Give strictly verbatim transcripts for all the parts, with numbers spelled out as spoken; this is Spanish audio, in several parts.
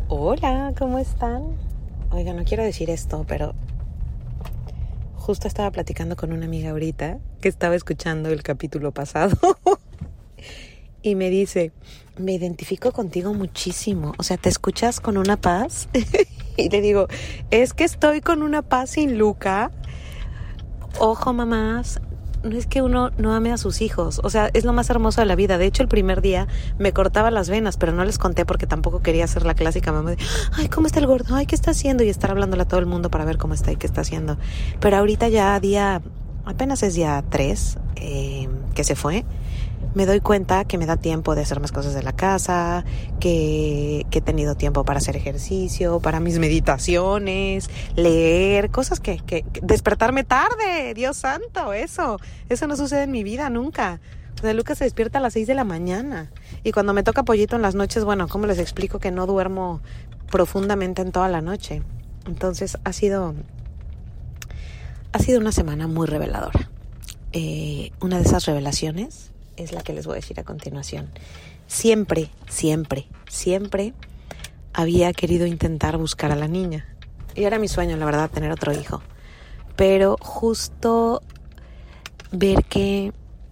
Hola, ¿cómo están? Oiga, no quiero decir esto, pero justo estaba platicando con una amiga ahorita que estaba escuchando el capítulo pasado y me dice, me identifico contigo muchísimo, o sea, ¿te escuchas con una paz? Y le digo, es que estoy con una paz sin Luca. Ojo, mamás, no es que uno no ame a sus hijos, o sea, es lo más hermoso de la vida. De hecho, el primer día me cortaba las venas, pero no les conté porque tampoco quería hacer la clásica mamá de, ay, ¿cómo está el gordo? Ay, ¿qué está haciendo? Y estar hablándole a todo el mundo para ver cómo está y qué está haciendo. Pero ahorita ya día, apenas es día tres, eh, que se fue, me doy cuenta que me da tiempo de hacer más cosas de la casa, que, que he tenido tiempo para hacer ejercicio, para mis meditaciones, leer, cosas que, que, que... Despertarme tarde, Dios santo, eso. Eso no sucede en mi vida nunca. O sea, Lucas se despierta a las seis de la mañana. Y cuando me toca pollito en las noches, bueno, ¿cómo les explico que no duermo profundamente en toda la noche? Entonces ha sido... Ha sido una semana muy reveladora. Eh, una de esas revelaciones es la que les voy a decir a continuación. Siempre, siempre, siempre había querido intentar buscar a la niña. Y era mi sueño, la verdad, tener otro hijo. Pero justo ver que,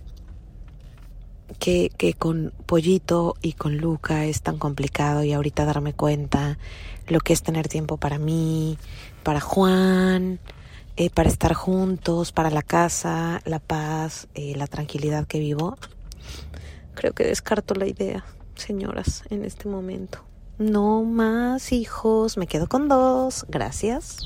que, que con Pollito y con Luca es tan complicado y ahorita darme cuenta lo que es tener tiempo para mí, para Juan, eh, para estar juntos, para la casa, la paz, eh, la tranquilidad que vivo. Creo que descarto la idea, señoras, en este momento. No más hijos, me quedo con dos, gracias.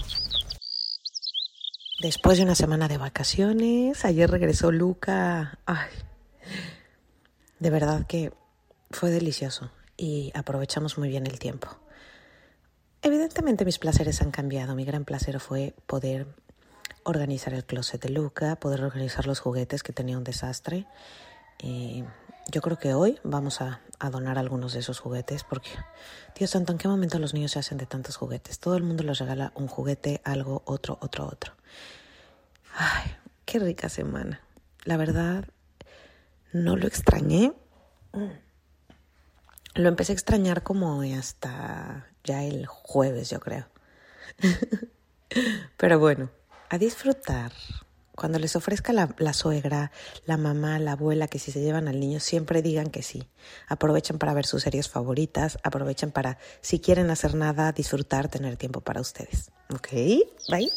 Después de una semana de vacaciones, ayer regresó Luca. Ay, de verdad que fue delicioso y aprovechamos muy bien el tiempo. Evidentemente mis placeres han cambiado. Mi gran placer fue poder organizar el closet de Luca, poder organizar los juguetes, que tenía un desastre. Eh, yo creo que hoy vamos a, a donar algunos de esos juguetes porque, Dios santo, ¿en qué momento los niños se hacen de tantos juguetes? Todo el mundo les regala un juguete, algo, otro, otro, otro. Ay, qué rica semana. La verdad, no lo extrañé. Lo empecé a extrañar como hasta ya el jueves, yo creo. Pero bueno, a disfrutar. Cuando les ofrezca la, la suegra, la mamá, la abuela, que si se llevan al niño, siempre digan que sí. Aprovechen para ver sus series favoritas, aprovechen para, si quieren hacer nada, disfrutar, tener tiempo para ustedes. ¿Ok? Bye.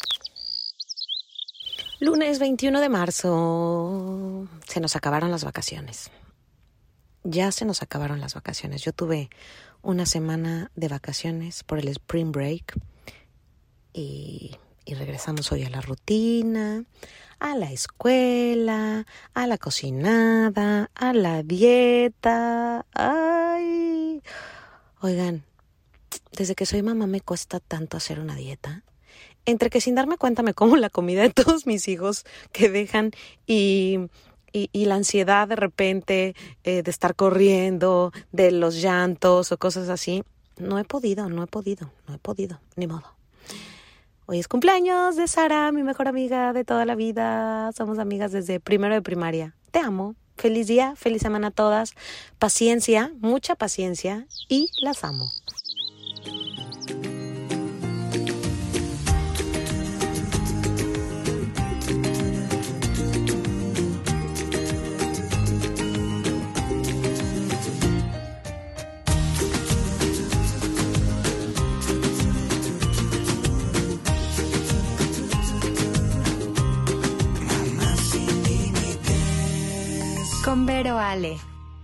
Lunes veintiuno de marzo. Se nos acabaron las vacaciones. Ya se nos acabaron las vacaciones. Yo tuve una semana de vacaciones por el Spring Break y... Y regresamos hoy a la rutina, a la escuela, a la cocinada, a la dieta. ¡Ay! Oigan, desde que soy mamá me cuesta tanto hacer una dieta. Entre que sin darme cuenta me como la comida de todos mis hijos que dejan y... Y, y la ansiedad de repente eh, de estar corriendo, de los llantos o cosas así. No he podido, no he podido, no he podido, ni modo. Hoy es cumpleaños de Sara, mi mejor amiga de toda la vida. Somos amigas desde primero de primaria. Te amo. Feliz día, feliz semana a todas. Paciencia, mucha paciencia y las amo. Con Vero Ale.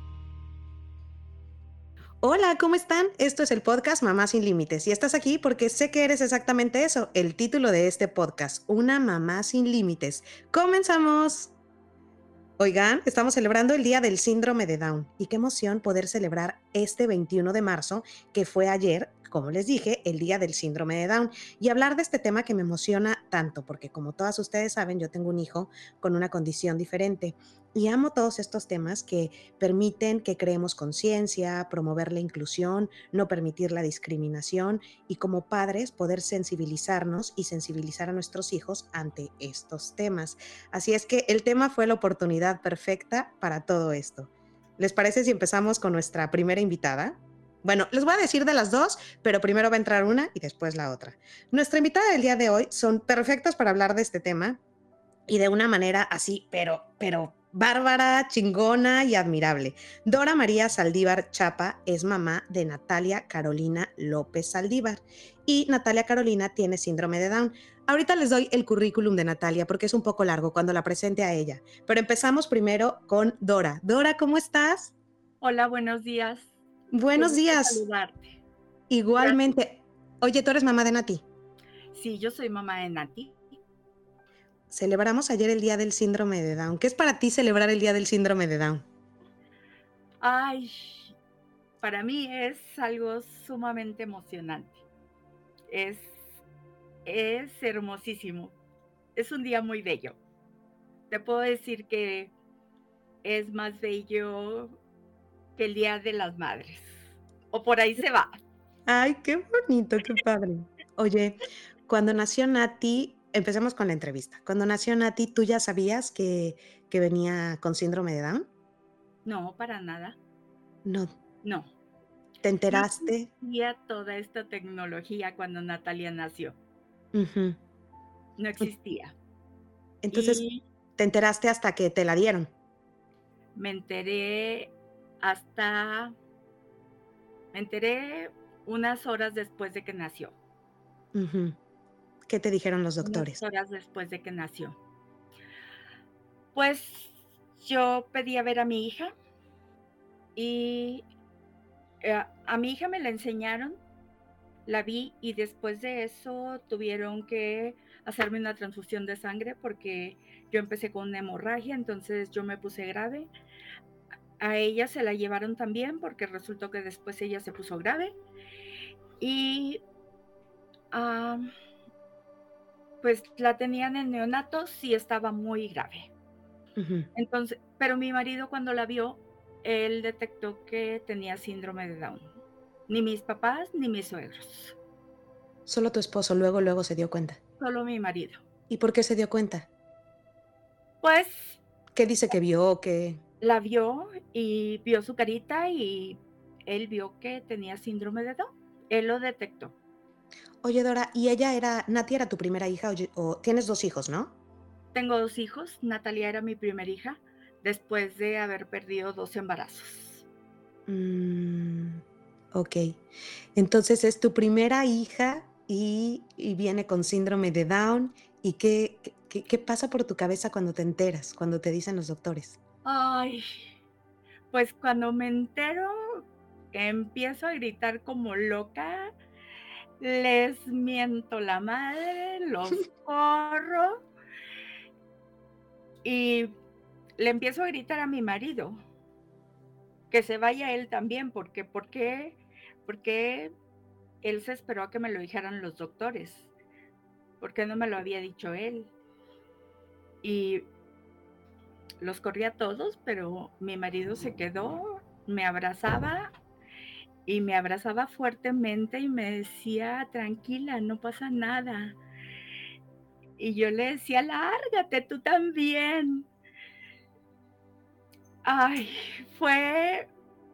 Hola, ¿cómo están? Esto es el podcast Mamá Sin Límites y estás aquí porque sé que eres exactamente eso, el título de este podcast, una mamá sin límites. ¡Comenzamos! Oigan, estamos celebrando el Día del Síndrome de Down y qué emoción poder celebrar este veintiuno de marzo, que fue ayer, como les dije, el Día del Síndrome de Down, y hablar de este tema que me emociona tanto, porque como todas ustedes saben, yo tengo un hijo con una condición diferente y amo todos estos temas que permiten que creemos conciencia, promover la inclusión, no permitir la discriminación y como padres poder sensibilizarnos y sensibilizar a nuestros hijos ante estos temas. Así es que el tema fue la oportunidad perfecta para todo esto. ¿Les parece si empezamos con nuestra primera invitada? Bueno, les voy a decir de las dos, pero primero va a entrar una y después la otra. Nuestra invitada del día de hoy son perfectas para hablar de este tema y de una manera así, pero, pero bárbara, chingona y admirable. Dora María Saldívar Chapa es mamá de Natalia Carolina López Saldívar y Natalia Carolina tiene síndrome de Down. Ahorita les doy el currículum de Natalia porque es un poco largo cuando la presente a ella, pero empezamos primero con Dora. Dora, ¿cómo estás? Hola, buenos días. Buenos días. Saludarte. Igualmente. Gracias. Oye, ¿tú eres mamá de Nati? Sí, yo soy mamá de Nati. Celebramos ayer el Día del Síndrome de Down. ¿Qué es para ti celebrar el Día del Síndrome de Down? Ay, para mí es algo sumamente emocionante. Es, es hermosísimo. Es un día muy bello. Te puedo decir que es más bello que el Día de las Madres. O por ahí se va. Ay, qué bonito, qué padre. Oye, cuando nació Nati, empecemos con la entrevista. Cuando nació Nati, ¿tú ya sabías que, que venía con síndrome de Down? No, para nada. No. No. ¿Te enteraste? No existía toda esta tecnología cuando Natalia nació. Uh-huh. No existía. Entonces, y ¿te enteraste hasta que te la dieron? Me enteré hasta... Me enteré unas horas después de que nació. Uh-huh. ¿Qué te dijeron los doctores? Unas horas después de que nació. Pues yo pedí a ver a mi hija y eh, a mi hija me la enseñaron, la vi y después de eso tuvieron que hacerme una transfusión de sangre porque yo empecé con una hemorragia, entonces yo me puse grave. A ella se la llevaron también porque resultó que después ella se puso grave y um, pues la tenían en neonatos y estaba muy grave. Uh-huh. Entonces, pero mi marido cuando la vio, él detectó que tenía síndrome de Down. Ni mis papás ni mis suegros. Solo tu esposo luego, luego se dio cuenta. Solo mi marido. ¿Y por qué se dio cuenta? Pues... ¿Qué dice que vio? Que la vio y vio su carita y él vio que tenía síndrome de Down. Él lo detectó. Oye, Dora, ¿y ella era, Nati era tu primera hija o, o tienes dos hijos, no? Tengo dos hijos. Natalia era mi primera hija después de haber perdido dos embarazos. Mm, ok. Entonces es tu primera hija y, y viene con síndrome de Down. ¿Y qué, qué, qué pasa por tu cabeza cuando te enteras, cuando te dicen los doctores? Ay, pues cuando me entero, empiezo a gritar como loca, les miento la madre, los corro y le empiezo a gritar a mi marido que se vaya él también, porque ¿por qué? Porque él se esperó a que me lo dijeran los doctores. ¿Por qué no me lo había dicho él? Y los corrí a todos, pero mi marido se quedó, me abrazaba y me abrazaba fuertemente y me decía, tranquila, no pasa nada. Y yo le decía, lárgate tú también. Ay, fue,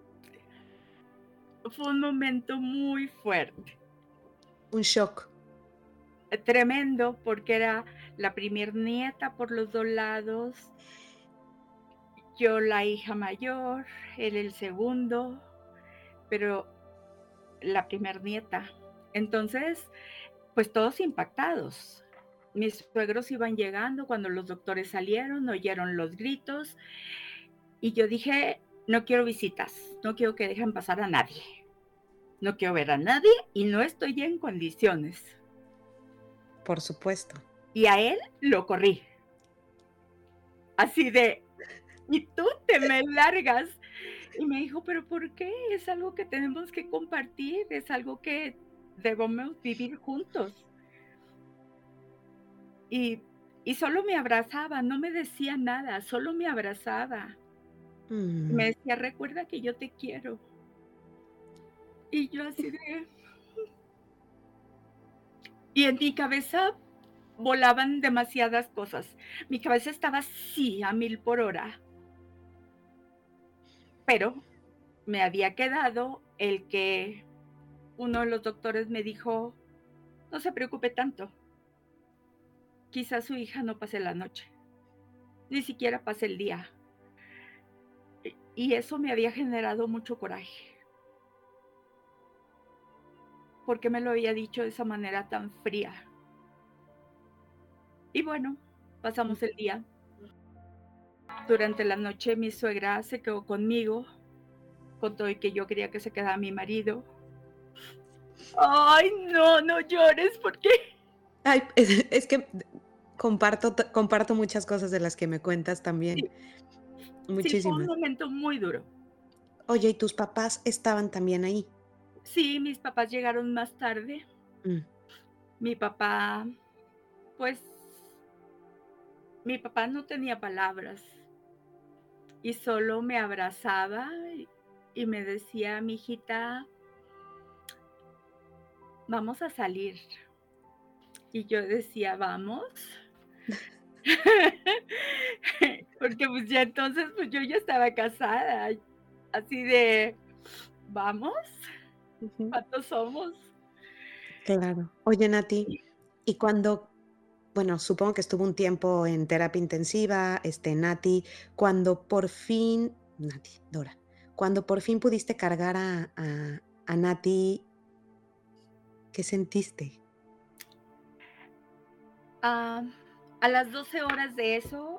fue un momento muy fuerte. Un shock. Tremendo, porque era la primer nieta por los dos lados, yo la hija mayor, él el segundo, pero la primer nieta. Entonces, pues todos impactados. Mis suegros iban llegando cuando los doctores salieron, oyeron los gritos y yo dije, no quiero visitas, no quiero que dejen pasar a nadie. No quiero ver a nadie y no estoy en condiciones. Por supuesto. Y a él lo corrí. Así de, y tú te me largas. Y me dijo, ¿pero por qué? Es algo que tenemos que compartir, es algo que debemos vivir juntos. Y, y solo me abrazaba, no me decía nada, solo me abrazaba. Mm. Me decía, recuerda que yo te quiero. Y yo así de... Y en mi cabeza volaban demasiadas cosas. Mi cabeza estaba así, a mil por hora. Pero me había quedado el que uno de los doctores me dijo: "No se preocupe tanto, quizás su hija no pase la noche, ni siquiera pase el día". Y y eso me había generado mucho coraje. ¿Por qué me lo había dicho de esa manera tan fría? Y bueno, pasamos el día. Durante la noche mi suegra se quedó conmigo, con todo y que yo quería que se quedara mi marido. Ay, no, no llores, ¿por qué? Ay, es, es que comparto, t- comparto muchas cosas de las que me cuentas también, Sí, sí, fue un muchísimas. momento muy duro. Oye, ¿y tus papás estaban también ahí? Sí, mis papás llegaron más tarde. Mm, Mi papá, pues, mi papá no tenía palabras y solo me abrazaba y, y me decía: "Mijita, vamos a salir". Y yo decía: "¿Vamos?". Porque, pues, ya entonces, pues, yo ya estaba casada, así de: "¿Vamos? ujú. ¿Cuántos somos?". Claro. Oye, Nati, y cuando, bueno, supongo que estuvo un tiempo en terapia intensiva, este, Nati, cuando por fin, Nati, Dora, cuando por fin pudiste cargar a, a, a Nati, ¿qué sentiste? Ah, a las doce horas de eso,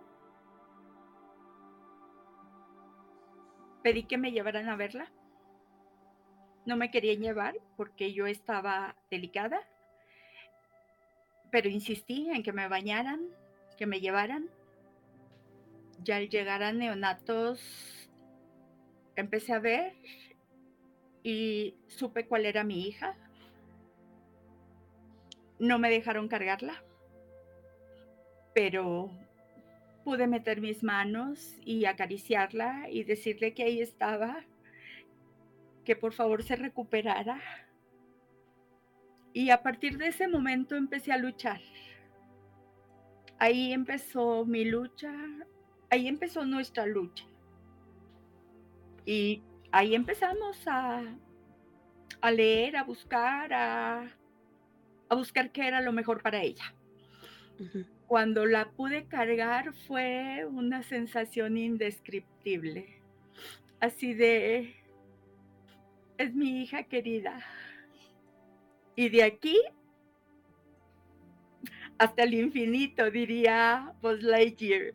pedí que me llevaran a verla. No me querían llevar porque yo estaba delicada, pero insistí en que me bañaran, que me llevaran. Ya al llegar a neonatos, empecé a ver y supe cuál era mi hija. No me dejaron cargarla, pero pude meter mis manos y acariciarla y decirle que ahí estaba, que por favor se recuperara. Y a partir de ese momento empecé a luchar. Ahí empezó mi lucha, ahí empezó nuestra lucha. Y ahí empezamos a, a leer, a buscar, a, a buscar qué era lo mejor para ella. Ujú. Cuando la pude cargar fue una sensación indescriptible, así de, es mi hija querida. Y de aquí hasta el infinito, diría Buzz Lightyear.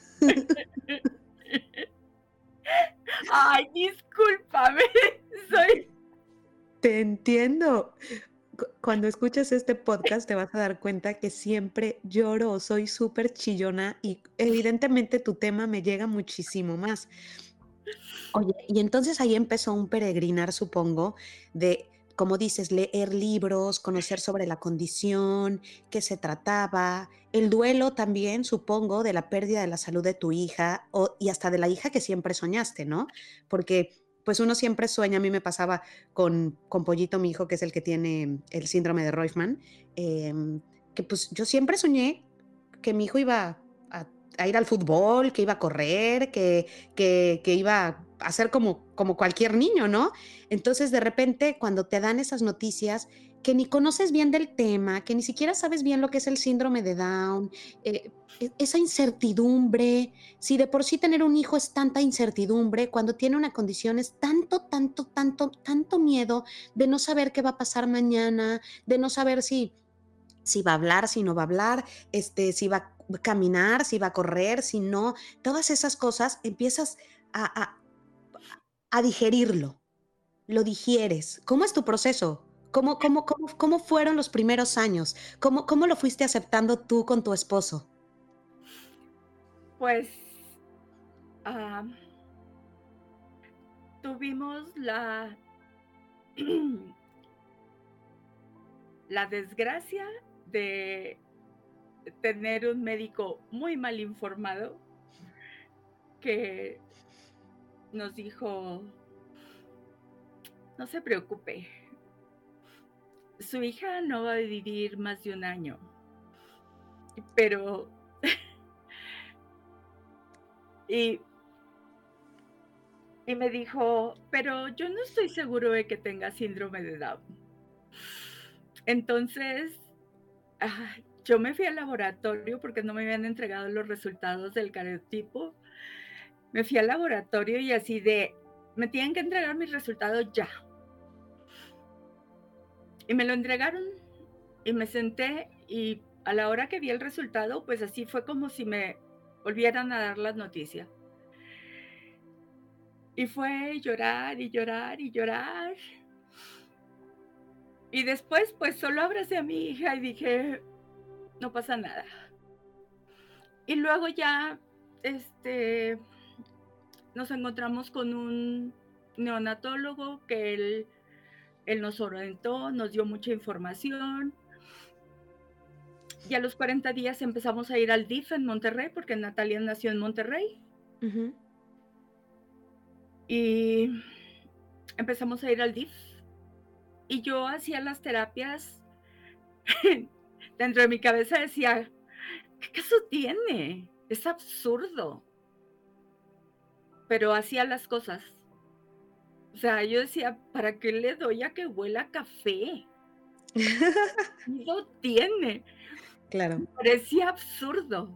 Ay, discúlpame, soy Te entiendo. Cu- Cuando escuchas este podcast te vas a dar cuenta que siempre lloro, soy súper chillona y evidentemente tu tema me llega muchísimo más. Oye, y entonces ahí empezó un peregrinar, supongo, de, como dices, leer libros, conocer sobre la condición, qué se trataba, el duelo también, supongo, de la pérdida de la salud de tu hija o, y hasta de la hija que siempre soñaste, ¿no? Porque pues uno siempre sueña, a mí me pasaba con, con Pollito, mi hijo, que es el que tiene el síndrome de Roifman, em, que pues yo siempre soñé que mi hijo iba a, a ir al fútbol, que iba a correr, que, que, que iba a ser como, como cualquier niño, ¿no? Entonces, de repente, cuando te dan esas noticias que ni conoces bien del tema, que ni siquiera sabes bien lo que es el síndrome de Down, eh, e- esa incertidumbre, si de por sí tener un hijo es tanta incertidumbre, cuando tiene una condición es tanto, tanto, tanto, tanto miedo de no saber qué va a pasar mañana, de no saber si si va a hablar, si no va a hablar, este, si va a caminar, si va a correr, si no, todas esas cosas empiezas a, a, a digerirlo, lo digieres. ¿Cómo es tu proceso? ¿Cómo, cómo, cómo, cómo fueron los primeros años? ¿Cómo, ¿Cómo lo fuiste aceptando tú con tu esposo? pues, ah, tuvimos la la desgracia de tener un médico muy mal informado que nos dijo: "No se preocupe, su hija no va a vivir más de un año". Pero y y me dijo, pero yo no estoy seguro de que tenga síndrome de Down. Entonces, ah, yo me fui al laboratorio porque no me habían entregado los resultados del cariotipo. Me fui al laboratorio y así de, me tienen que entregar mis resultados ya. Y me lo entregaron y me senté y a la hora que vi el resultado, pues así fue como si me volvieran a dar las noticias. Y fue llorar y llorar y llorar. Y después, pues solo abracé a mi hija y dije, no pasa nada. Y luego ya, este, nos encontramos con un neonatólogo que él, él nos orientó, nos dio mucha información. Y a los cuarenta días empezamos a ir al D I F en Monterrey, porque Natalia nació en Monterrey. Uh-huh. Y empezamos a ir al D I F. Y yo hacía las terapias, dentro de mi cabeza decía, ¿qué caso tiene? Es absurdo. Pero hacía las cosas. O sea, yo decía, ¿para qué le doy a que huela a café? No tiene. Claro. Me parecía absurdo.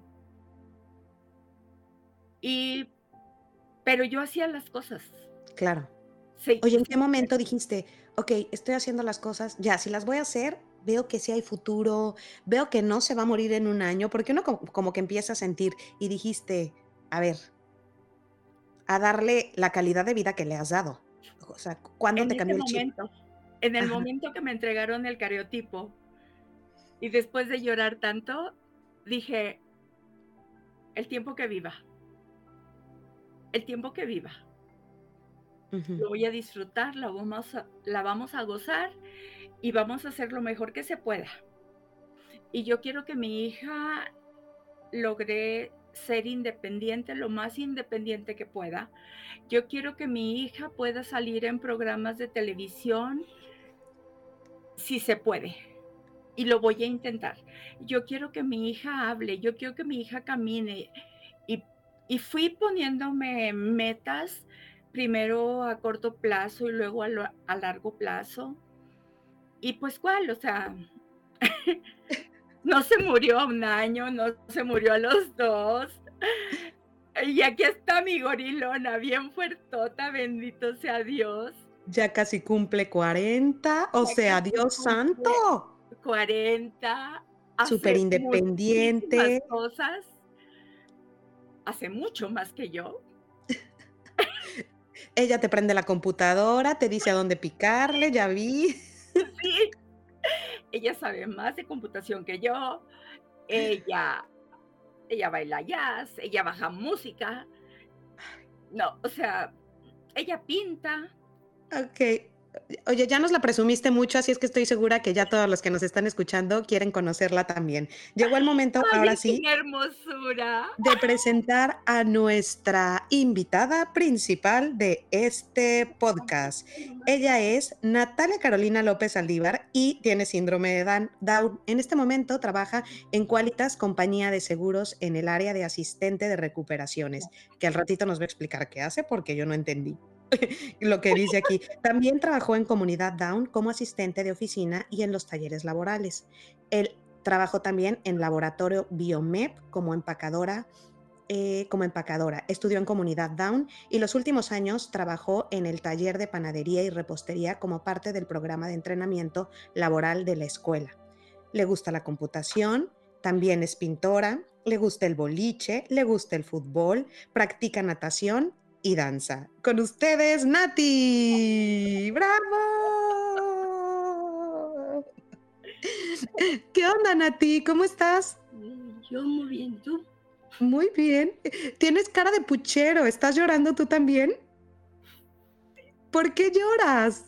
Y, pero yo hacía las cosas. Claro. Sí. Oye, ¿en qué momento dijiste, ok, estoy haciendo las cosas, ya, si las voy a hacer, veo que sí hay futuro, veo que no se va a morir en un año, porque uno como, como que empieza a sentir y dijiste, a ver, a darle la calidad de vida que le has dado. O sea, ¿cuándo en te cambió ese el chip? Momento, en el Ajá. momento que me entregaron el cariotipo y después de llorar tanto, dije, el tiempo que viva, el tiempo que viva. Uh-huh. Lo voy a disfrutar, la vamos a, la vamos a gozar y vamos a hacer lo mejor que se pueda. Y yo quiero que mi hija logre ser independiente, lo más independiente que pueda. Yo quiero que mi hija pueda salir en programas de televisión si se puede. Y lo voy a intentar. Yo quiero que mi hija hable, yo quiero que mi hija camine. Y, y fui poniéndome metas, primero a corto plazo y luego a, lo, a largo plazo. Y pues, ¿cuál? O sea, no se murió a un año, no se murió a los dos. Y aquí está mi gorilona, bien fuertota, bendito sea Dios. Ya casi cumple cuarenta, o ya sea, Dios santo. cuarenta. Súper independiente. Cosas. Hace mucho más que yo. Ella te prende la computadora, te dice a dónde picarle, ya vi. Sí. Ella sabe más de computación que yo. Ella, ella baila jazz, ella baja música. No, o sea, ella pinta. Ok. Oye, ya nos la presumiste mucho, así es que estoy segura que ya todos los que nos están escuchando quieren conocerla también. Llegó el momento, Ay, ahora sí, ¡qué hermosura! De presentar a nuestra invitada principal de este podcast. Ella es Natalia Carolina López Aldívar y tiene síndrome de Down. En este momento trabaja en Qualitas, compañía de seguros en el área de asistente de recuperaciones, que al ratito nos va a explicar qué hace porque yo no entendí lo que dice aquí. También trabajó en Comunidad Down como asistente de oficina y en los talleres laborales. El Trabajó también en Laboratorio Biomep como empacadora, eh, como empacadora. Estudió en Comunidad Down y los últimos años trabajó en el taller de panadería y repostería como parte del programa de entrenamiento laboral de la escuela. Le gusta la computación, también es pintora, le gusta el boliche, le gusta el fútbol, practica natación y danza. Con ustedes, Nati. ¡Bravo! ¿Qué onda, Nati? ¿Cómo estás? Yo muy bien, ¿tú? Muy bien. Tienes cara de puchero. ¿Estás llorando tú también? ¿Por qué lloras?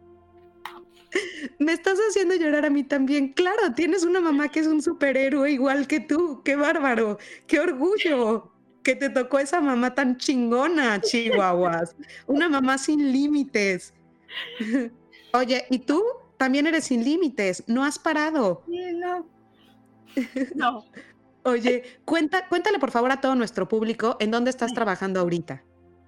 Me estás haciendo llorar a mí también. Claro, tienes una mamá que es un superhéroe igual que tú. ¡Qué bárbaro! ¡Qué orgullo! Que te tocó esa mamá tan chingona, Chihuahuas. Una mamá sin límites. Oye, ¿y tú? También eres sin límites. No has parado. Sí, no. No. Oye, cuenta, cuéntale por favor a todo nuestro público en dónde estás trabajando ahorita.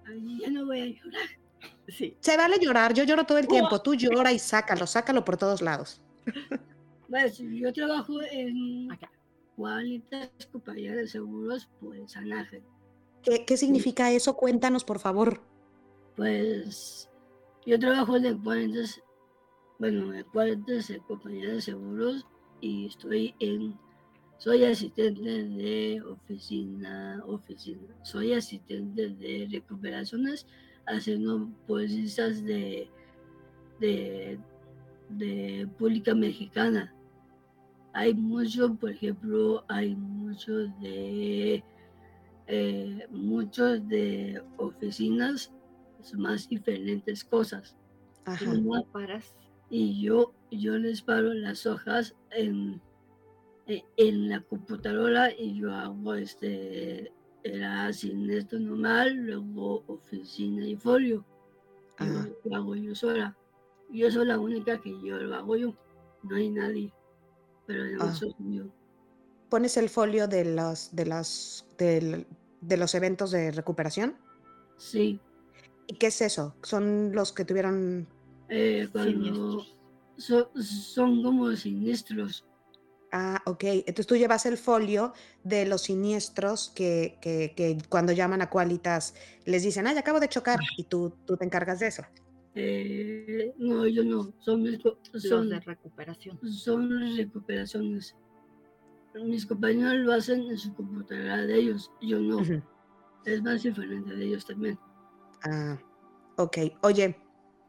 Ay, ya no voy a llorar. Sí. Se vale llorar, yo lloro todo el tiempo. Tú llora y sácalo, sácalo por todos lados. Pues yo trabajo en Acá. Juanitas Compañía de Seguros, pues San Ángel. ¿Qué, qué significa eso? Cuéntanos, por favor. Pues yo trabajo en Juanitas, bueno, en Juanitas Compañía de Seguros y estoy en, soy asistente de oficina, oficina, soy asistente de recuperaciones haciendo pólizas de, de, de pública mexicana. Hay mucho, por ejemplo, hay mucho de eh, muchos de oficinas, más diferentes cosas. Ajá. Una, paras. Y yo, yo les paro las hojas en, en, en la computadora y yo hago este, era siniestro normal, luego oficina y folio. Ah. Yo lo hago yo sola. Yo soy la única que yo lo hago yo. No hay nadie. Pero además Ah. soy yo. ¿Pones el folio de los, de los, de, de los eventos de recuperación? Sí. ¿Y qué es eso? ¿Son los que tuvieron Eh, cuando so, son como siniestros? Ah, ok. Entonces tú llevas el folio de los siniestros que, que, que cuando llaman a Qualitas les dicen, ay, acabo de chocar, y tú, tú te encargas de eso. Eh, no, yo no. Son, mis, los son de recuperación. Son recuperaciones. Mis compañeros lo hacen en su computadora de ellos, yo no. Uh-huh. Es más diferente de ellos también. Ah, ok. Oye,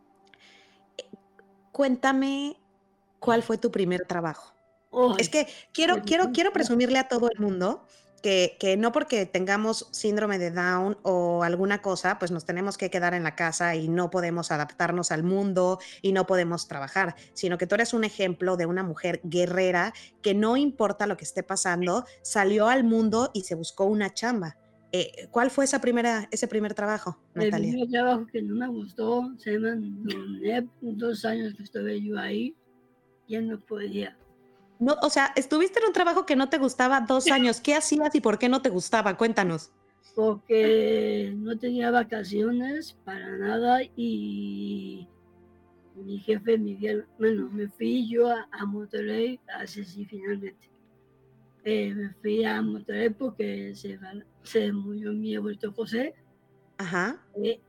cuéntame cuál fue tu primer trabajo. Oh, es que quiero, pues, quiero, quiero presumirle a todo el mundo que, que no porque tengamos síndrome de Down o alguna cosa, pues nos tenemos que quedar en la casa y no podemos adaptarnos al mundo y no podemos trabajar, sino que tú eres un ejemplo de una mujer guerrera que no importa lo que esté pasando, salió al mundo y se buscó una chamba. Eh, ¿Cuál fue esa primera, ese primer trabajo, Natalia? El primer trabajo que no me gustó, se llama Donep, dos años que estuve yo ahí, ya no podía. No, o sea, estuviste en un trabajo que no te gustaba dos años. ¿Qué hacías y por qué no te gustaba? Cuéntanos. Porque no tenía vacaciones para nada y mi jefe Miguel, bueno, me fui yo a, a Monterrey, así sí, finalmente. Eh, me fui a Monterrey porque se, se murió mi abuelo José. Ajá. Eh,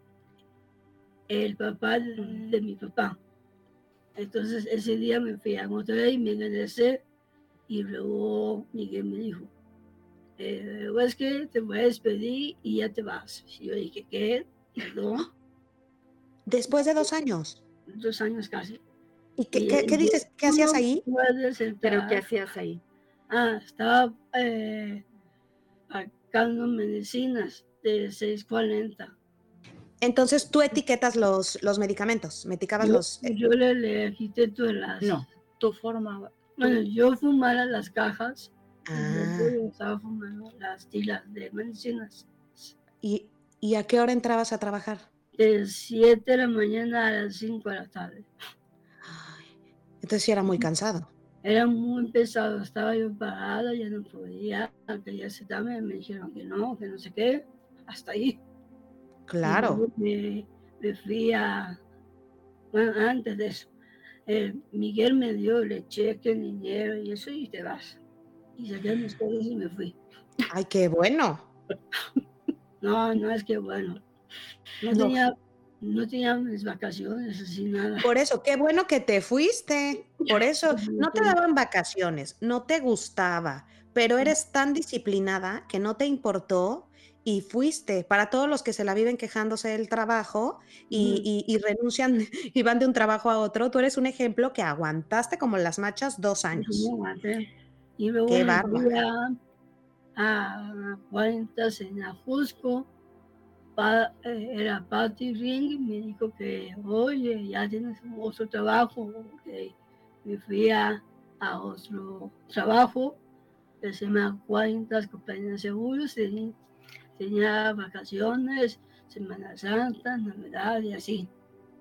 el papá de, de mi papá. Entonces ese día me fui a Monterrey, me regresé y luego Miguel me dijo, eh, es que te voy a despedir y ya te vas. Y yo dije, ¿qué? ¿Perdón? Después de dos años. Dos años casi. ¿Y qué, y, ¿qué, ¿qué dices? ¿Qué no hacías ahí? ¿Pero qué hacías ahí? Ah, estaba eh, sacando medicinas de seis cuarenta. Entonces tú etiquetas los, los medicamentos, meticabas yo, los... Eh... Yo le, le quité todas las... No, tú formabas... Bueno, yo fumara las cajas, ah. yo estaba fumando las tiras de medicinas. ¿Y, ¿Y a qué hora entrabas a trabajar? De siete de la mañana a las cinco de la tarde. Ay, entonces sí era muy cansado. Era muy pesado, estaba yo parada, ya no podía, quería sentarme, me dijeron que no, que no sé qué, hasta ahí. Claro. Me, me fui a, bueno, antes de eso, eh, Miguel me dio el cheque, el dinero y eso, y te vas. Y saqué mis cosas y me fui. ¡Ay, qué bueno! No, no es que bueno. No, no. tenía, no tenía mis vacaciones, así nada. Por eso, qué bueno que te fuiste. Por eso, no te daban vacaciones, no te gustaba, pero eres tan disciplinada que no te importó y fuiste. Para todos los que se la viven quejándose del trabajo y, y, y renuncian y van de un trabajo a otro, tú eres un ejemplo que aguantaste como las machas dos años. Y luego qué me fui a, a cuentas en Ajusco. Pa, eh, era Patty Ring y me dijo que, oye, ya tienes otro trabajo. Okay. Me fui a, a otro trabajo que se llama Cuentas Compañía de Seguros. Tenía, tenía vacaciones, Semana Santa, Navidad y así.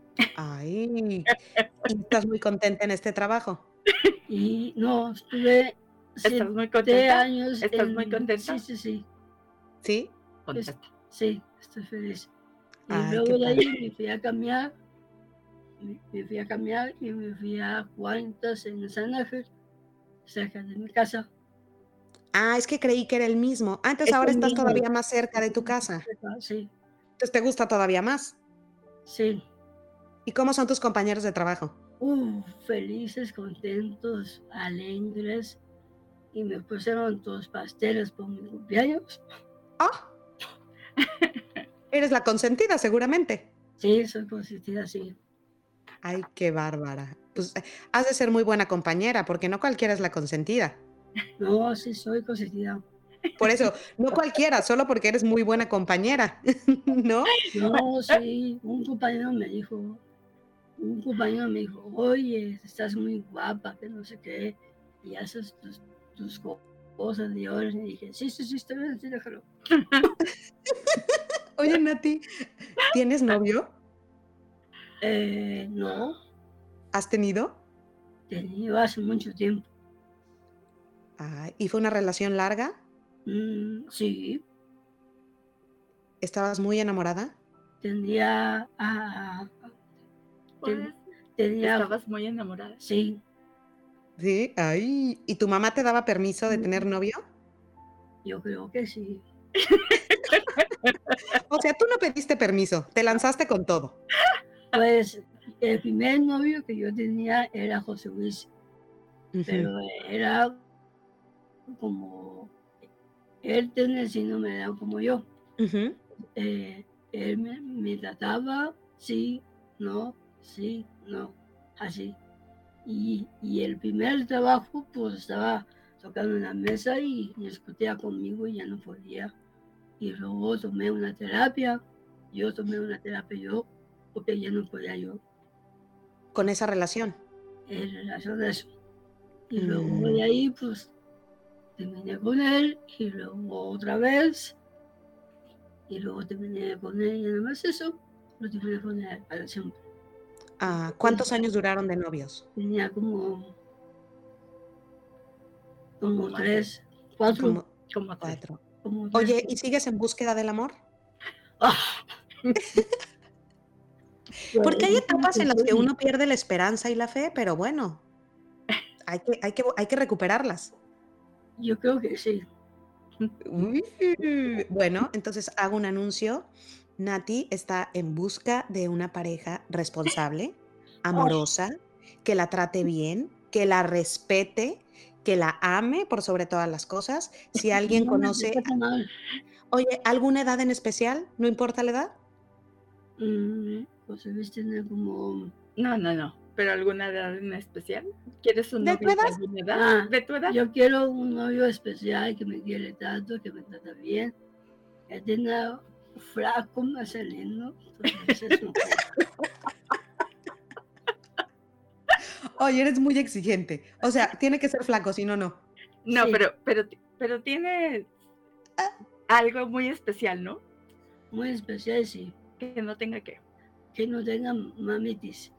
Ay, ¿y estás muy contenta en este trabajo? Y no, estuve ¿Estás muy contenta? años. ¿Estás en, muy contenta? Sí, sí, sí. ¿Sí? Contenta. Sí, estoy feliz. Y Ay, luego qué de padre. ahí me fui a cambiar, me, me fui a cambiar y me fui a Juanitas en San Ángel, cerca de mi casa. Ah, es que creí que era el mismo. Ah, entonces Es ahora el estás mismo. todavía más cerca de tu casa. Sí, Entonces te gusta todavía más. sí. ¿Y cómo son tus compañeros de trabajo? Uh, felices, contentos, alegres. Y me pusieron todos pasteles por mi cumpleaños. ¡Oh! Eres la consentida, seguramente. Sí, soy consentida, sí. Ay, qué bárbara. Pues eh, has de ser muy buena compañera, porque no cualquiera es la consentida. No, sí soy consentida. Por eso, no cualquiera, solo porque eres muy buena compañera, ¿no? No, sí, un compañero me dijo, un compañero me dijo, oye, estás muy guapa, que no sé qué, y haces tus, tus cosas de oro. Y dije, sí, sí, sí, está bien, sí, déjalo. Oye, Nati, ¿tienes novio? Eh, no, ¿Has tenido? tenía hace mucho tiempo. Ah, ¿y fue una relación larga? Mm, sí, ¿Estabas muy enamorada? tendría, ah, Pues, ten- tenía, estabas muy enamorada. sí, Sí, ay. ¿Y tu mamá te daba permiso de tener novio? yo creo que sí. O sea, tú no pediste permiso, te lanzaste con todo. Pues el primer novio que yo tenía era José Luis, Ujú, pero era como, él tenía el síndrome de Down como yo. ujú. Eh, él me, me trataba, sí, no, sí, no, así. Y, y el primer trabajo, pues estaba tocando en la mesa y discutía conmigo y ya no podía. Y luego tomé una terapia, yo tomé una terapia yo, porque ya no podía yo Con esa relación. en relación a eso. Y luego Mm, de ahí, pues terminé con él y luego otra vez y luego terminé con él y nada más eso, lo terminé con él para siempre. ah, ¿cuántos años duraron de novios? Tenía como, como Como tres, cuatro, Como Como tres. cuatro. como tres. Oye, ¿y sigues en búsqueda del amor? ¡Ah! Porque hay etapas en las que Pues, uno pierde la esperanza y la fe, pero bueno, hay que, hay que, hay que recuperarlas. yo creo que sí. Uy. Bueno, entonces hago un anuncio. Nati está en busca de una pareja responsable, ¡Ah! amorosa, que la trate bien, que la respete, que la ame por sobre todas las cosas. Si alguien No me conoce, trata mal. oye, ¿alguna edad en especial? ¿No importa la edad? Mm, José Luis tiene como... No, no, no. ¿Pero alguna edad en especial? ¿Quieres un ¿De tu novio edad? de alguna edad? Ah, ¿De tu edad? yo quiero un novio especial que me quiere tanto, que me trata bien. Él tiene flaco, más lindo. Entonces es un Oye, eres muy exigente. O sea, tiene que ser flaco, si no, no. No, Sí. pero, pero, pero tiene algo muy especial, ¿no? muy especial, sí. Que no tenga que. Que no tenga mamitis.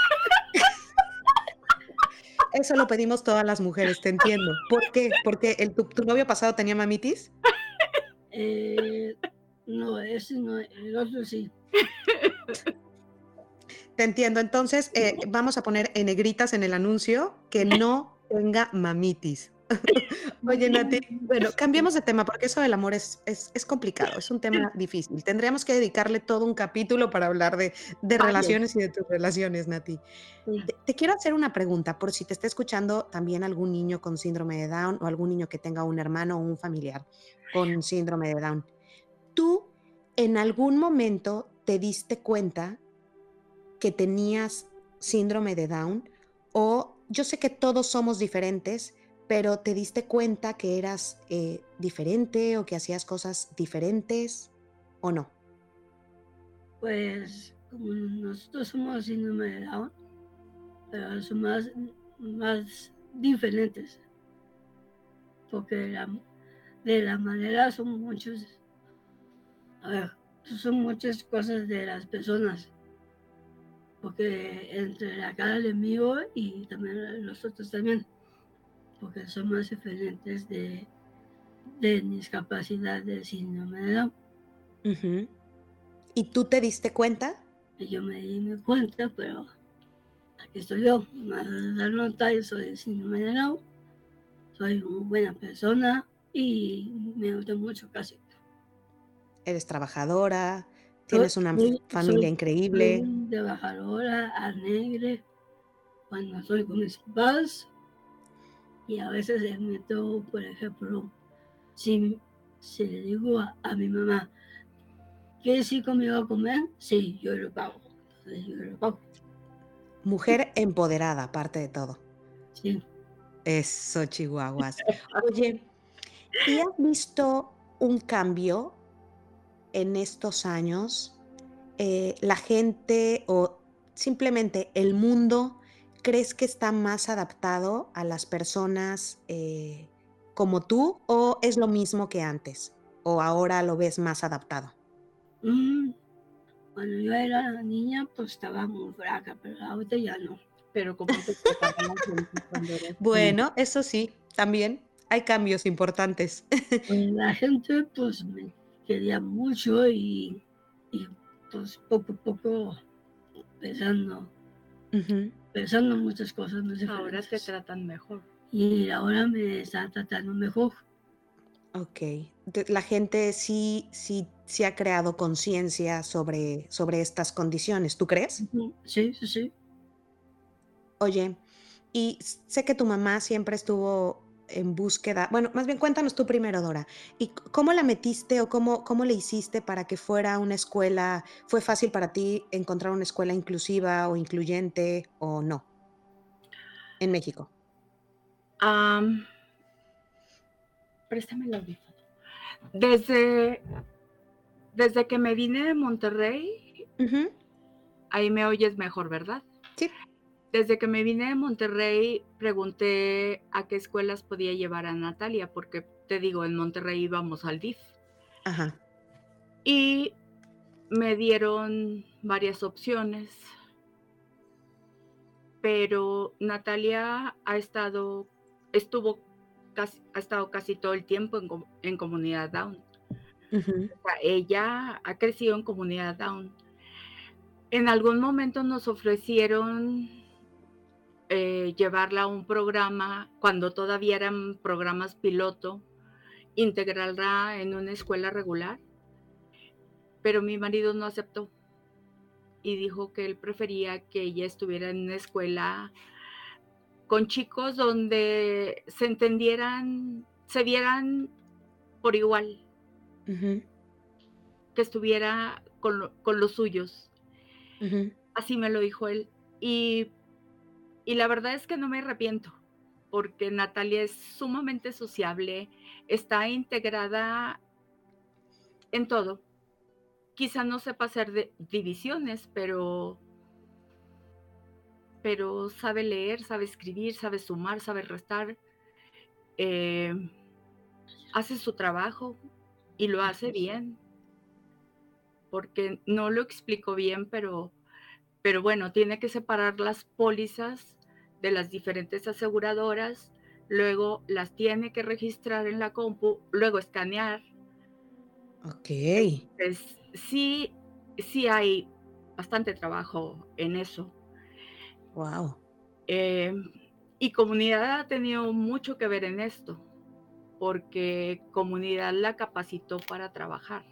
Eso lo pedimos todas las mujeres, te entiendo. ¿Por qué? ¿Porque el, tu, tu novio pasado tenía mamitis? Eh, no, ese no, el otro sí. Te entiendo. Entonces, eh, vamos a poner en negritas en el anuncio que no tenga mamitis. Oye, Nati, bueno, cambiemos de tema porque eso del amor es, es, es complicado, es un tema difícil. Tendríamos que dedicarle todo un capítulo para hablar de, de relaciones y de tus relaciones, Nati. Sí. Te, te quiero hacer una pregunta por si te está escuchando también algún niño con síndrome de Down o algún niño que tenga un hermano o un familiar con síndrome de Down. ¿Tú en algún momento te diste cuenta que tenías síndrome de Down? O yo sé que todos somos diferentes, pero ¿te diste cuenta que eras eh, diferente o que hacías cosas diferentes o no? Pues como nosotros somos síndrome de Down, pero son más, más diferentes. Porque de la, de la manera son muchos, a ver, son muchas cosas de las personas. Porque entre la cara del mío y también los otros también. Porque son más diferentes de, de discapacidad de síndrome de Down. Uh-huh. ¿Y tú te diste cuenta? Y yo me di cuenta, pero aquí estoy yo. Me vas a dar nota, yo soy de síndrome de Down. Soy una buena persona y me gusta mucho casi. Eres trabajadora, Soy, tienes una soy, familia soy increíble. trabajadora, alegre, cuando estoy con mis papás. Y a veces les meto, por ejemplo, si, si le digo a, a mi mamá, ¿quieres ir conmigo a comer? Sí, yo lo pago. Entonces yo lo pago. Mujer empoderada, aparte de todo. Sí. Eso, chihuahuas. Oye, ¿y has visto un cambio en estos años? Eh, la gente o simplemente el mundo, ¿crees que está más adaptado a las personas eh, como tú o es lo mismo que antes? ¿O ahora lo ves más adaptado? Mm, cuando yo era niña, pues estaba muy flaca, pero ahorita ya no. Pero ¿cómo te trataban la gente cuando eras niña? Bueno, eso sí, también hay cambios importantes. Pues la gente pues me quería mucho y, y pues poco a poco pensando, Ujú. pensando en muchas cosas más Ahora te diferentes. tratan mejor. Y ahora me están tratando mejor. Ok. De- La gente sí, sí, sí ha creado conciencia sobre, sobre estas condiciones, ¿tú crees? Ujú. Sí, sí, sí. Oye, y s- sé que tu mamá siempre estuvo en búsqueda. Bueno, más bien cuéntanos tú primero, Dora. ¿Y c- cómo la metiste o cómo, cómo le hiciste para que fuera una escuela? ¿Fue fácil para ti encontrar una escuela inclusiva o incluyente o no en México? Am, préstame el audífono. Desde, desde que me vine de Monterrey, Ujú. ahí me oyes mejor, ¿verdad? Sí. Desde que me vine de Monterrey, pregunté a qué escuelas podía llevar a Natalia, porque te digo, en Monterrey íbamos al D I F. Ajá. Y me dieron varias opciones, pero Natalia ha estado, estuvo casi, ha estado casi todo el tiempo en, en comunidad Down. Ujú. O sea, ella ha crecido en comunidad Down. En algún momento nos ofrecieron eh, llevarla a un programa, cuando todavía eran programas piloto, integrarla en una escuela regular, pero mi marido no aceptó y dijo que él prefería que ella estuviera en una escuela con chicos donde se entendieran, se vieran por igual, Ujú. que estuviera con, lo, con los suyos. Ujú. Así me lo dijo él. Y, y la verdad es que no me arrepiento, porque Natalia es sumamente sociable, está integrada en todo. Quizá no sepa hacer de, divisiones, pero, pero sabe leer, sabe escribir, sabe sumar, sabe restar. Eh, hace su trabajo y lo hace bien, porque no lo explico bien, pero, pero bueno, tiene que separar las pólizas de las diferentes aseguradoras, luego las tiene que registrar en la compu, luego escanear. Ok. Entonces, sí, sí hay bastante trabajo en eso. Wow. Eh, y comunidad ha tenido mucho que ver en esto, porque comunidad la capacitó para trabajar.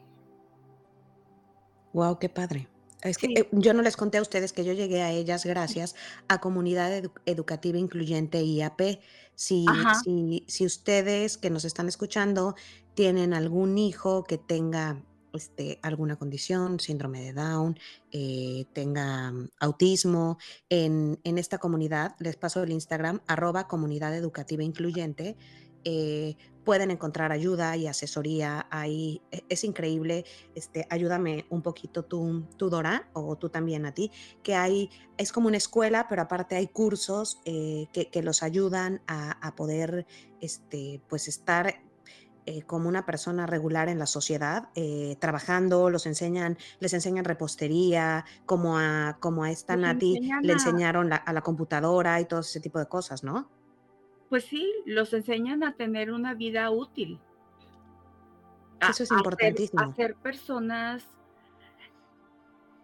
Wow, qué padre. Es que Sí. eh, yo no les conté a ustedes que yo llegué a ellas gracias a Comunidad Edu- Educativa Incluyente I A P. Si, Ajá. si, si ustedes que nos están escuchando tienen algún hijo que tenga este, alguna condición, síndrome de Down, eh, tenga mm, autismo, en, en esta comunidad, les paso el Instagram, arroba Comunidad Educativa Incluyente, eh, pueden encontrar ayuda y asesoría ahí. E- Es increíble. Este, ayúdame un poquito tú, tú, Dora, o tú también a ti, que hay, es como una escuela, pero aparte hay cursos eh, que, que los ayudan a, a poder, este, pues estar eh, como una persona regular en la sociedad, eh, trabajando, los enseñan, les enseñan repostería, como a, como a esta Los Nati enseñan le a, enseñaron la, a la computadora y todo ese tipo de cosas, ¿no? pues sí, los enseñan a tener una vida útil, a, Eso es a, ser, a importantísimo. ser personas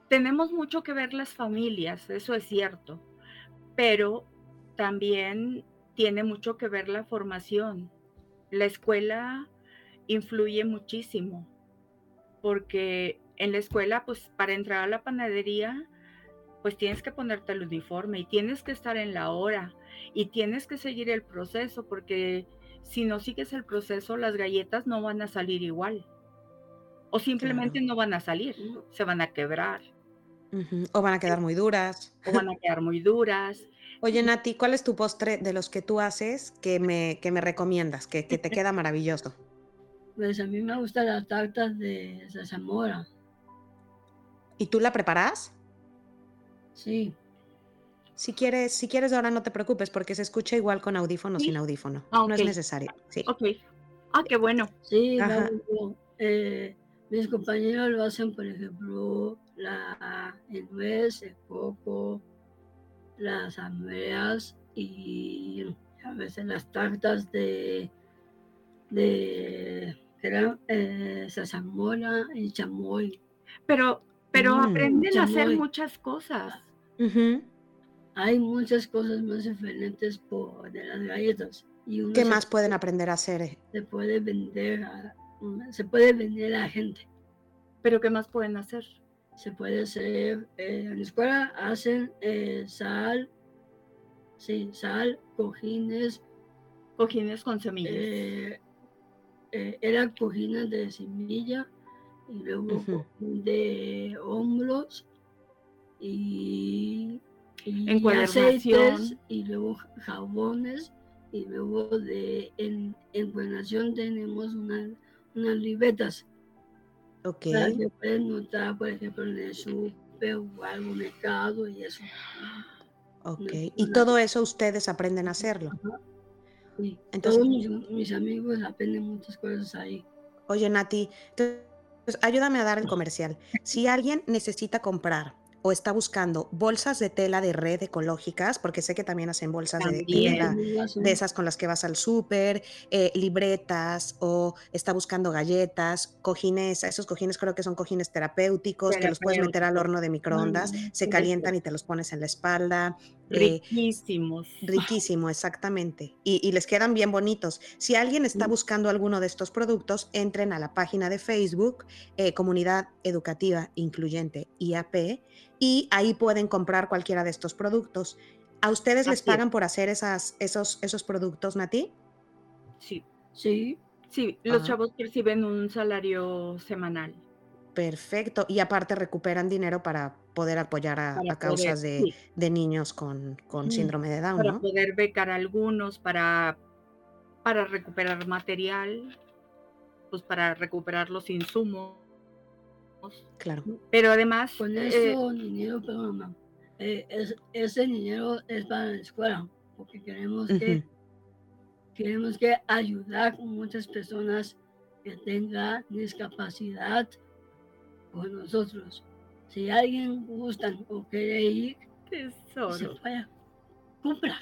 tenemos mucho que ver las familias, eso es cierto, pero también tiene mucho que ver la formación. La escuela influye muchísimo, porque en la escuela, pues para entrar a la panadería, pues tienes que ponerte el uniforme y tienes que estar en la hora y tienes que seguir el proceso, porque si no sigues el proceso, las galletas no van a salir igual. O simplemente Claro. no van a salir, se van a quebrar. Ujú, o van a quedar muy duras. O van a quedar muy duras. Oye, Nati, ¿cuál es tu postre de los que tú haces que me, que me recomiendas, que, que te queda maravilloso? Pues a mí me gustan las tartas de zarzamora. ¿Y tú la preparas? Sí. Si quieres, si quieres ahora no te preocupes porque se escucha igual con audífono o ¿Sí? sin audífono. Ah, No es ok. necesario. Sí. Ok. Ah, qué bueno. Sí, lo Ajá. hago yo. Eh, mis compañeros lo hacen, por ejemplo, la el nuez, el coco, las almendras y a veces las tartas de de eh, zarzamora y chamoy. Pero, pero Mm. aprenden a hacer Chamoy. muchas cosas. Ujú. Hay muchas cosas más diferentes por de las galletas. Y uno ¿Qué se, más pueden aprender a hacer? se puede vender a, se puede vender a la gente. Pero ¿qué más pueden hacer? Se puede hacer, eh, en la escuela hacen eh, sal, sí, sal, cojines. Cojines con semillas. Eh, eh, eran cojines de semilla y luego Ujú. de hombros y, y Encuadernación. aceites y luego jabones y luego de en encuadernación tenemos una, unas libetas. Ok. Para que pueden notar, por ejemplo, en el súper o algo mercado y eso. Ok. Una- Y una- todo eso ustedes aprenden a hacerlo. Ajá. Sí, Entonces, todos mis, mis amigos aprenden muchas cosas ahí. oye, Nati, entonces, ayúdame a dar el comercial. Si alguien necesita comprar o está buscando bolsas de tela de red ecológicas, porque sé que también hacen bolsas de, de También. tela También son- de esas con las que vas al súper, eh, libretas, o está buscando galletas, cojines, esos cojines creo que son cojines terapéuticos, que los puedes meter al horno de microondas, se calientan y te los pones en la espalda. eh, Riquísimos. Riquísimo, exactamente. Y, y les quedan bien bonitos. Si alguien está buscando alguno de estos productos, entren a la página de Facebook, eh, Comunidad Educativa Incluyente I A P, y ahí pueden comprar cualquiera de estos productos. ¿A ustedes les Así es. pagan por hacer esas, esos, esos productos, Nati? Sí, Sí, sí, los Ah. chavos perciben un salario semanal. Perfecto. Y aparte recuperan dinero para poder apoyar a, Para a causas poder, de, sí, de niños con, con Mm. síndrome de Down, para ¿no? poder becar a algunos, para, para recuperar material, pues para recuperar los insumos. Claro. Pero además, con eh, eso dinero, pero mamá, eh, es, ese dinero es para la escuela, porque queremos que Ujú. queremos que ayudar a muchas personas que tengan discapacidad con nosotros. Si alguien gusta o quiere ir, se tesoro. vaya, compra.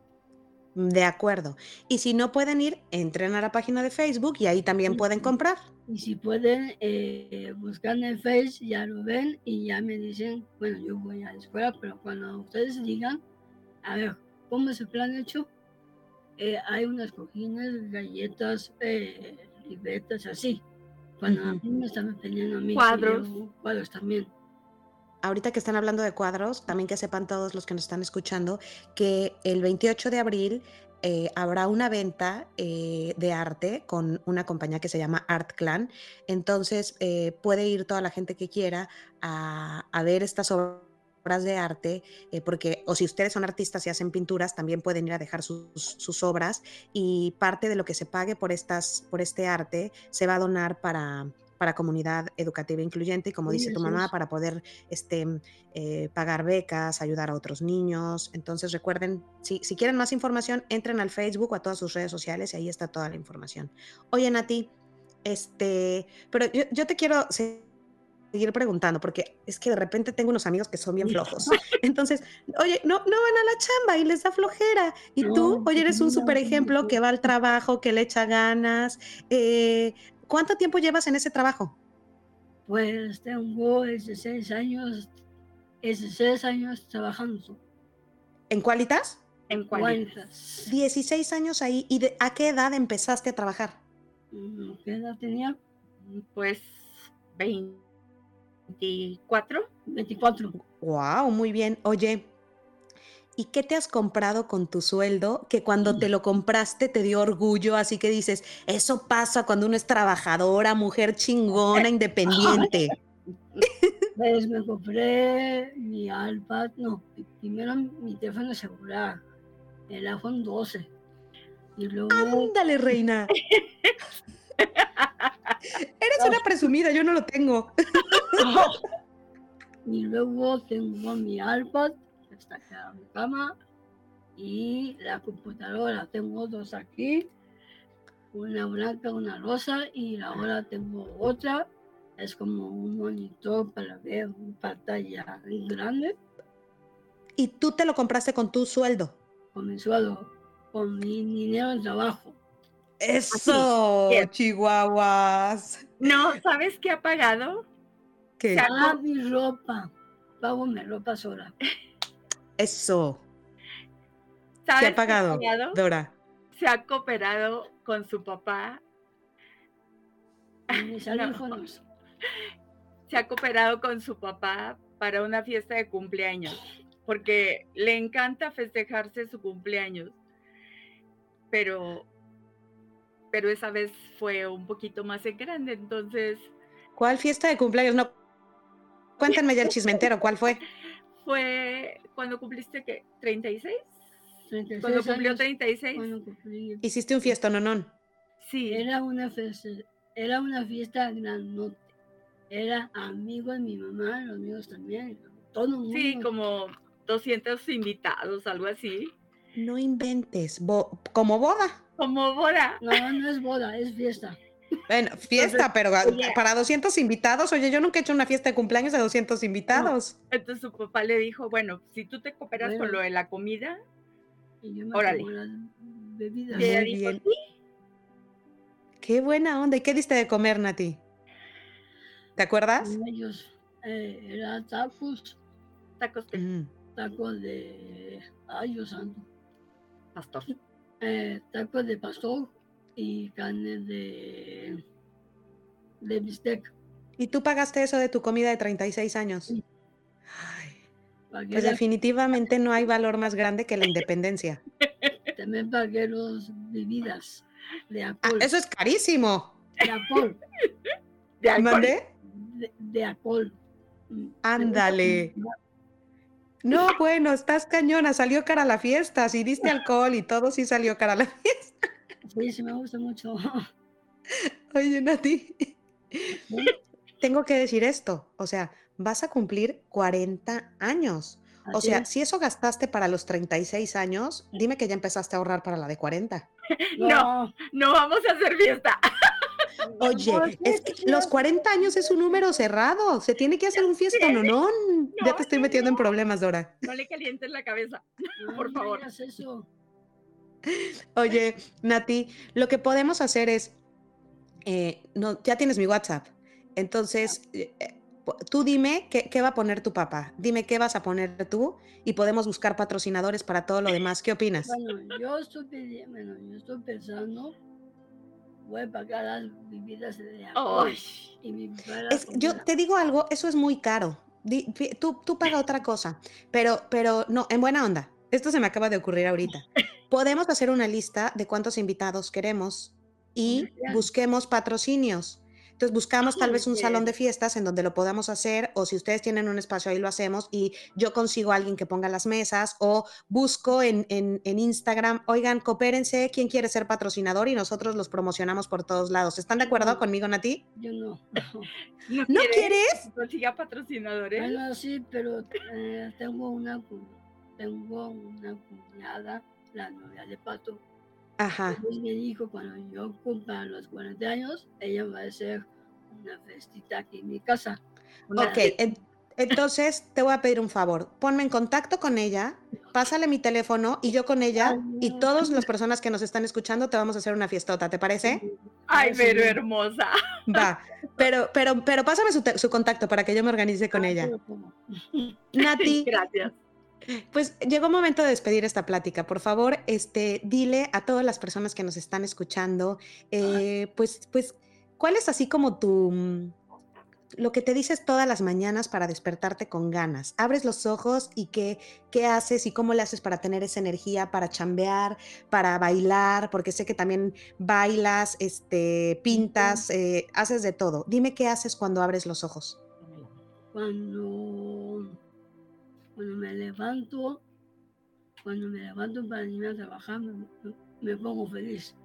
De acuerdo. Y si no pueden ir, entren a la página de Facebook y ahí también pueden comprar. Y si pueden eh, buscar en el Face, ya lo ven y ya me dicen, bueno, yo voy a la escuela, pero cuando ustedes digan, a ver, ¿cómo es el plan hecho? Eh, hay unas cojines, galletas, eh, libretas, así. Cuando Ujú. a mí me están pidiendo a mí, Cuadros. que yo- cuadros también. Ahorita que están hablando de cuadros, también que sepan todos los que nos están escuchando que el veintiocho de abril eh, habrá una venta eh, de arte con una compañía que se llama Art Clan. Entonces eh, puede ir toda la gente que quiera a, a ver estas obras de arte, eh, porque, o si ustedes son artistas y hacen pinturas, también pueden ir a dejar sus, sus obras y parte de lo que se pague por, estas, por este arte se va a donar para, para comunidad educativa incluyente y como Sí, dice tu así mamá, es. para poder este, eh, pagar becas, ayudar a otros niños. Entonces recuerden, si, si quieren más información, entren al Facebook o a todas sus redes sociales y ahí está toda la información. Oye, Nati, este, pero yo, yo te quiero seguir preguntando, porque es que de repente tengo unos amigos que son bien flojos. Entonces, oye, no, no van a la chamba y les da flojera. Y No, tú, oye, eres un no, súper ejemplo no. que va al trabajo, que le echa ganas. Eh, ¿Cuánto tiempo llevas en ese trabajo? Pues tengo dieciséis años, dieciséis años trabajando. ¿En Qualitas? En Qualitas. Qualitas. dieciséis años ahí. ¿Y de, a qué edad empezaste a trabajar? Mm, ¿Qué edad tenía? Pues veinticuatro. veinticuatro. Wow, muy bien. Oye, ¿y qué te has comprado con tu sueldo que cuando te lo compraste te dio orgullo? Así que dices, eso pasa cuando uno es trabajadora, mujer chingona, independiente. Pues me compré mi iPad, no, primero mi teléfono celular, el iPhone doce. Y luego, Ándale, reina. Eres una presumida, yo no lo tengo. y luego tengo mi iPad, que está acá en mi cama, y la computadora. Tengo dos aquí, una blanca, una rosa, y ahora tengo otra. Es como un monitor para ver una pantalla grande. ¿Y tú te lo compraste con tu sueldo? Con mi sueldo, con mi dinero de trabajo. ¡Eso! Así, yes. Chihuahuas. No, ¿sabes qué ha pagado? ¿Qué? Se ha Ah, co- mi ropa. Pago mi ropa sola. Eso. ¿Sabes ¿Qué qué ha pagado, Dora? Se ha cooperado con su papá. Y mis No. audífonos. Se ha cooperado con su papá para una fiesta de cumpleaños, porque le encanta festejarse su cumpleaños, pero, pero esa vez fue un poquito más en grande, entonces ¿Cuál fiesta de cumpleaños? No, cuéntenme ya el chisme entero, ¿cuál fue? fue cuando cumpliste, ¿qué? ¿treinta y seis? treinta y seis Cuando cumplió años, treinta y seis. cuando cumplí. Hiciste un fiesta, nonón. Sí, Era una fiesta, era una fiesta grandota. Era amigo de mi mamá, los míos también. Todo el mundo. sí, como doscientos invitados, algo así. No inventes, bo- como boda. Como boda. No, no es boda, es fiesta. Bueno, fiesta, pero oye. para doscientos invitados. Oye, yo nunca he hecho una fiesta de cumpleaños de doscientos invitados. Entonces su papá le dijo, bueno, si tú te cooperas Bueno. con lo de la comida, Y yo me Órale. tomé las bebidas. y ella Muy dijo, bien. sí, Qué buena onda. ¿Y qué diste de comer, Nati? ¿Te acuerdas? Con ellos eh, era tacos, tacos de Mm. tacos de. Ay, Dios santo. pastor. Eh, tacos de pastor y carne de. de bistec. ¿Y tú pagaste eso de tu comida de treinta y seis años? Sí. Ay, Pagué pues la- definitivamente no hay valor más grande que la independencia. También pagué los bebidas de Ah, alcohol. eso es carísimo. De alcohol. De alcohol. ¿Mandé? De, de alcohol. Mm, Ándale. No, bueno, estás cañona. Salió cara la fiesta. Si diste alcohol y todo, sí salió cara la fiesta. Sí, sí, me gusta mucho. Oye, Nati, ¿Sí? tengo que decir esto. O sea, vas a cumplir cuarenta años. O Así sea, es. si eso gastaste para los treinta y seis años, dime que ya empezaste a ahorrar para la de cuarenta. No, no vamos a hacer fiesta. Oye, No, sí, es sí, que sí, los sí. cuarenta años es un número cerrado. Se tiene que hacer un fiesta, no, no. Ya te estoy no, metiendo en no. problemas, Dora. No le calientes la cabeza. No, por no favor. digas eso. Oye, Nati, lo que podemos hacer es, eh, no, ya tienes mi WhatsApp. Entonces, eh, eh, po- tú dime qué, qué va a poner tu papá. Dime qué vas a poner tú y podemos buscar patrocinadores para todo lo demás. ¿Qué opinas? Bueno, yo estoy pidiendo, bueno, yo estoy pensando, voy a pagar las bebidas de alcohol Ay, y mi papá la Es, yo comida. te digo algo, eso es muy caro. Di- fi- tú, tú paga otra cosa, pero, pero no, en buena onda. Esto se me acaba de ocurrir ahorita. Podemos hacer una lista de cuántos invitados queremos y Bien. busquemos patrocinios. Entonces buscamos tal Muy vez un bien. salón de fiestas en donde lo podamos hacer, o si ustedes tienen un espacio ahí lo hacemos y yo consigo a alguien que ponga las mesas, o busco en, en, en Instagram, oigan, coopérense, ¿quién quiere ser patrocinador? Y nosotros los promocionamos por todos lados. ¿Están de acuerdo No. conmigo, Nati? Yo no. ¿no, ¿No quieres quieres? que consiga patrocinadores? Bueno, sí, pero eh, tengo una cu- tengo una cuñada, la novia de Pato. Ajá. Ella me dijo cuando yo cumpla los cuarenta años, ella va a hacer una festita aquí en mi casa. Una- Ok, en- entonces te voy a pedir un favor. Ponme en contacto con ella, pásale mi teléfono y yo con ella Ay, y no. todas las personas que nos están escuchando te vamos a hacer una fiestota, ¿te parece? Ay, Ah, pero sí. hermosa. Va, pero, pero, pero pásame su, te- su contacto para que yo me organice con Ah, ella. te lo pongo. Nati, Gracias. pues llegó momento de despedir esta plática. Por favor, este, dile a todas las personas que nos están escuchando, eh, pues, pues, ¿cuál es así como tu, mm, lo que te dices todas las mañanas para despertarte con ganas? Abres los ojos y qué, qué haces y cómo le haces para tener esa energía, para chambear, para bailar, porque sé que también bailas, este, pintas, eh, haces de todo. Dime qué haces cuando abres los ojos. Cuando, cuando me levanto, cuando me levanto para irme a trabajar, me, me- me pongo feliz.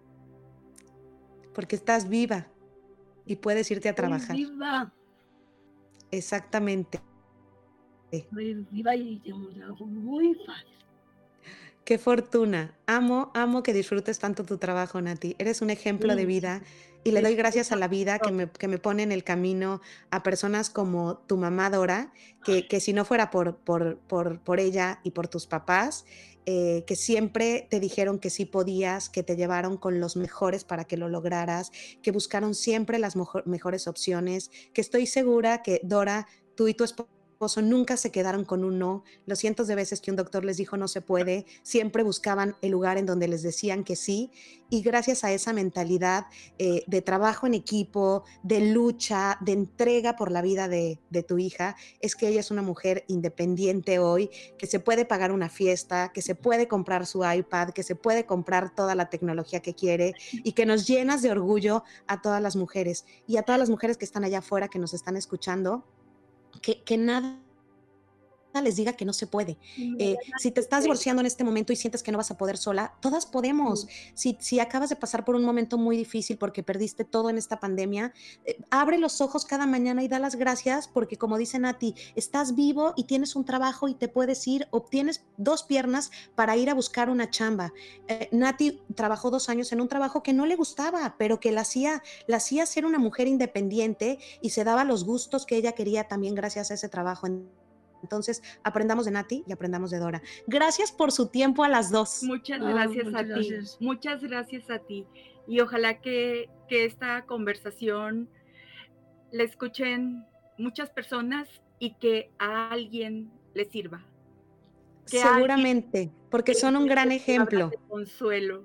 Porque estás viva y puedes irte a Estoy trabajar. viva, Exactamente. estoy viva y tengo un trabajo muy fácil. Qué fortuna. Amo, amo que disfrutes tanto tu trabajo, Nati. Eres un ejemplo de Sí, vida y le sí, doy gracias a sí, la vida que todo. me, que me pone en el camino a personas como tu mamá Dora, que, que si no fuera por, por, por, por ella y por tus papás, eh, que siempre te dijeron que sí podías, que te llevaron con los mejores para que lo lograras, que buscaron siempre las mojo- mejores opciones, que estoy segura que Dora, tú y tu esposo nunca se quedaron con un no. Los cientos de veces que un doctor les dijo no se puede, siempre buscaban el lugar en donde les decían que sí. Y gracias a esa mentalidad eh, de trabajo en equipo, de lucha, de entrega por la vida de, de tu hija, es que ella es una mujer independiente hoy, que se puede pagar una fiesta, que se puede comprar su iPad, que se puede comprar toda la tecnología que quiere y que nos llenas de orgullo a todas las mujeres y a todas las mujeres que están allá afuera, que nos están escuchando. Que, que nada les diga que no se puede. Eh, si te estás divorciando en este momento y sientes que no vas a poder sola, todas podemos. Si, si acabas de pasar por un momento muy difícil porque perdiste todo en esta pandemia, eh, abre los ojos cada mañana y da las gracias porque, como dice Nati, estás vivo y tienes un trabajo y te puedes ir, obtienes dos piernas para ir a buscar una chamba. Eh, Nati trabajó dos años en un trabajo que no le gustaba, pero que la hacía, la hacía ser una mujer independiente y se daba los gustos que ella quería también gracias a ese trabajo. Entonces, aprendamos de Nati y aprendamos de Dora. Gracias por su tiempo a las dos. Muchas Ah, gracias muchas a gracias. ti. Muchas gracias a ti. Y ojalá que, que esta conversación la escuchen muchas personas y que a alguien le sirva. Que Seguramente, porque son un gran ejemplo. De consuelo.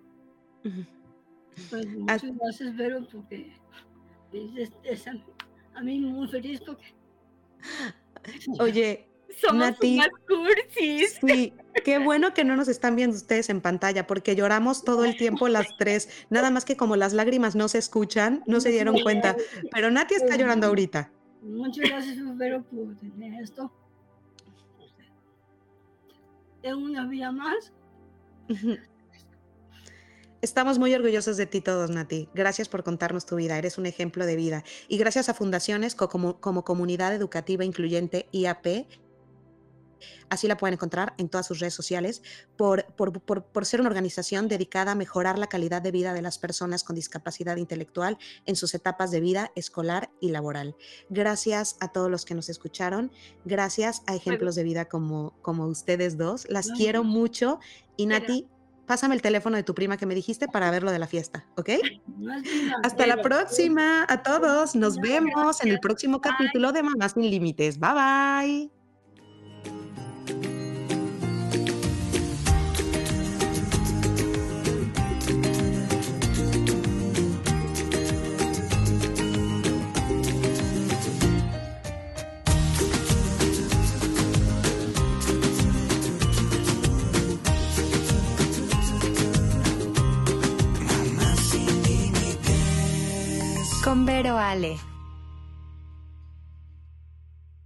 Pues muchas gracias, Vero, porque es, es a, a mí muy feliz porque... Oye, somos Nati, unas cursis. Sí, qué bueno que no nos están viendo ustedes en pantalla, porque lloramos todo el tiempo las tres. Nada más que como las lágrimas no se escuchan, no se dieron cuenta. Pero Nati está llorando ahorita. Muchas gracias, Vero, por tener esto. Tengo una vida más. Estamos muy orgullosos de ti todos, Nati. Gracias por contarnos tu vida. Eres un ejemplo de vida. Y gracias a fundaciones como, como Comunidad Educativa Incluyente I A P, así la pueden encontrar en todas sus redes sociales, por, por, por, por ser una organización dedicada a mejorar la calidad de vida de las personas con discapacidad intelectual en sus etapas de vida escolar y laboral. Gracias a todos los que nos escucharon. Gracias a ejemplos de vida como, como ustedes dos. Las No, quiero no. mucho. Y Nati, pásame el teléfono de tu prima que me dijiste para ver lo de la fiesta, ¿ok? No es vida, Hasta la próxima a todos. Nos vemos en el próximo Bye. capítulo de Mamás Sin Límites. Bye bye. Con Vero Ale.